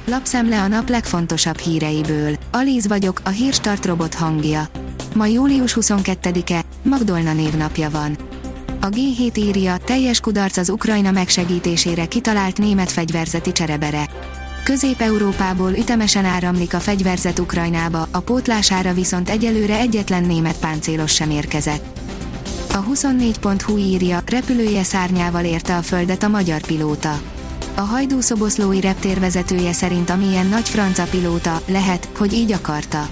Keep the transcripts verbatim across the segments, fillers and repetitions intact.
Lapszemle a nap legfontosabb híreiből. Alíz vagyok, a Hírstart robot hangja. Ma július huszonkettedike, Magdolna névnapja van. A gé hét írja, teljes kudarc az Ukrajna megsegítésére kitalált német fegyverzeti cserebere. Közép-Európából ütemesen áramlik a fegyverzet Ukrajnába, a pótlására viszont egyelőre egyetlen német páncélos sem érkezett. A huszonnégy pont hu írja, repülője szárnyával érte a földet a magyar pilóta. A hajdúszoboszlói reptér vezetője szerint amilyen nagy franca pilóta, lehet, hogy így akarta.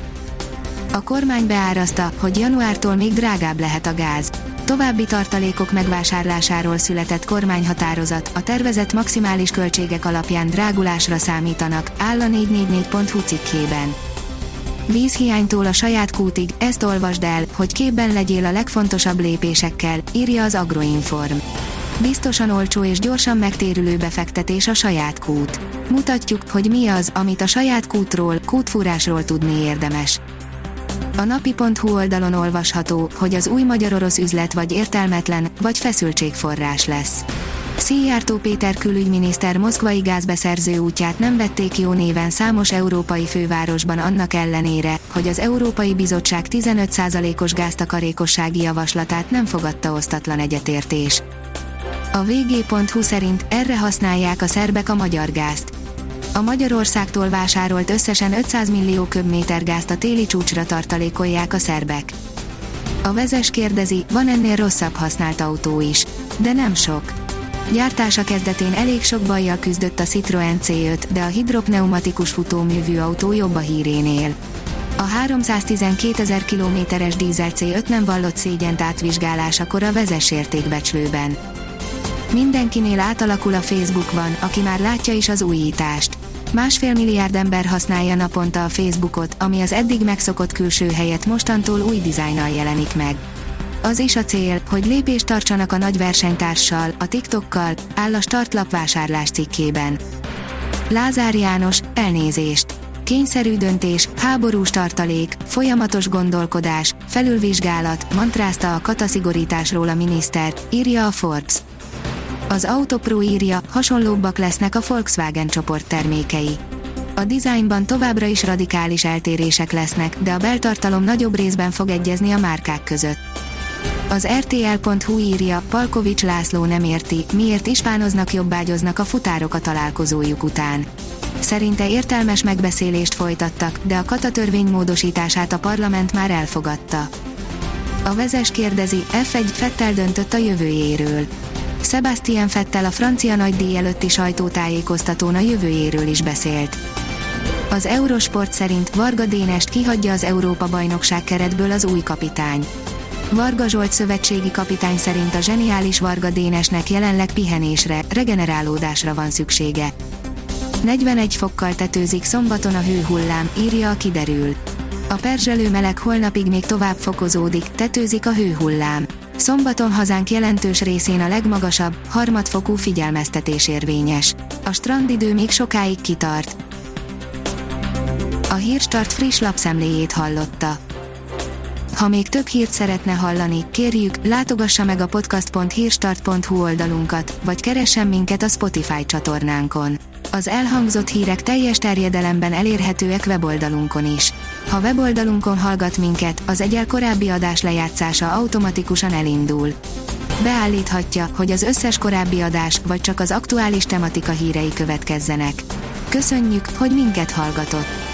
A kormány beárazta, hogy januártól még drágább lehet a gáz. További tartalékok megvásárlásáról született kormányhatározat, a tervezett maximális költségek alapján drágulásra számítanak, áll a négy négy négy pont hu cikkében. Vízhiánytól a saját kútig, ezt olvasd el, hogy képben legyél a legfontosabb lépésekkel, írja az Agroinform. Biztosan olcsó és gyorsan megtérülő befektetés a saját kút. Mutatjuk, hogy mi az, amit a saját kútról, kútfúrásról tudni érdemes. A napi pont hu oldalon olvasható, hogy az új magyar-orosz üzlet vagy értelmetlen, vagy feszültségforrás lesz. Szijjártó Péter külügyminiszter moszkvai gázbeszerző útját nem vették jó néven számos európai fővárosban annak ellenére, hogy az Európai Bizottság tizenöt százalékos gáztakarékossági javaslatát nem fogadta osztatlan egyetértés. A vé gé pont hu szerint erre használják a szerbek a magyar gázt. A Magyarországtól vásárolt összesen ötszáz millió köbméter gázt a téli csúcsra tartalékolják a szerbek. A Vezes kérdezi, van ennél rosszabb használt autó is. De nem sok. Gyártása kezdetén elég sok bajjal küzdött a Citroën cé öt, de a hidropneumatikus futóművű autó jobb a hírénél. A háromszáztizenkétezer kilométeres dízel cé öt nem vallott szégyent átvizsgálásakor a Vezes értékbecslőben. Mindenkinél átalakul a Facebook, van, aki már látja is az újítást. Másfél milliárd ember használja naponta a Facebookot, ami az eddig megszokott külső helyett mostantól új dizájnnal jelenik meg. Az is a cél, hogy lépést tartsanak a nagy versenytárssal, a TikTokkal, áll a Startlap vásárlás cikkében. Lázár János, elnézést. Kényszerű döntés, háborús tartalék, folyamatos gondolkodás, felülvizsgálat, mantrázta a kataszigorításról a miniszter, írja a Forbes. Az Autopro írja, hasonlóbbak lesznek a Volkswagen csoport termékei. A dizájnban továbbra is radikális eltérések lesznek, de a beltartalom nagyobb részben fog egyezni a márkák között. Az er té el pont hu írja, Palkovics László nem érti, miért ispánoznak jobbágyoznak a futárok a találkozójuk után. Szerinte értelmes megbeszélést folytattak, de a kata törvény módosítását a parlament már elfogadta. A Vezes kérdezi, ef egy Vettel döntött a jövőjéről. Sebastian Vettel a francia nagydíj előtti sajtótájékoztatón a jövőjéről is beszélt. Az Eurosport szerint Varga Dénest kihagyja az Európa-bajnokság keretből az új kapitány. Varga Zsolt szövetségi kapitány szerint a zseniális Varga Dénesnek jelenleg pihenésre, regenerálódásra van szüksége. negyvenegy fokkal tetőzik szombaton a hőhullám, írja a Kiderül. A perzselő meleg holnapig még tovább fokozódik, tetőzik a hőhullám. Szombaton hazánk jelentős részén a legmagasabb, harmadfokú figyelmeztetés érvényes. A strandidő még sokáig kitart. A Hírstart friss lapszemléjét hallotta. Ha még több hírt szeretne hallani, kérjük, látogassa meg a podcast pont hírstart pont hu oldalunkat, vagy keressen minket a Spotify csatornánkon. Az elhangzott hírek teljes terjedelemben elérhetőek weboldalunkon is. Ha weboldalunkon hallgat minket, az egyel korábbi adás lejátszása automatikusan elindul. Beállíthatja, hogy az összes korábbi adás, vagy csak az aktuális tematika hírei következzenek. Köszönjük, hogy minket hallgatott!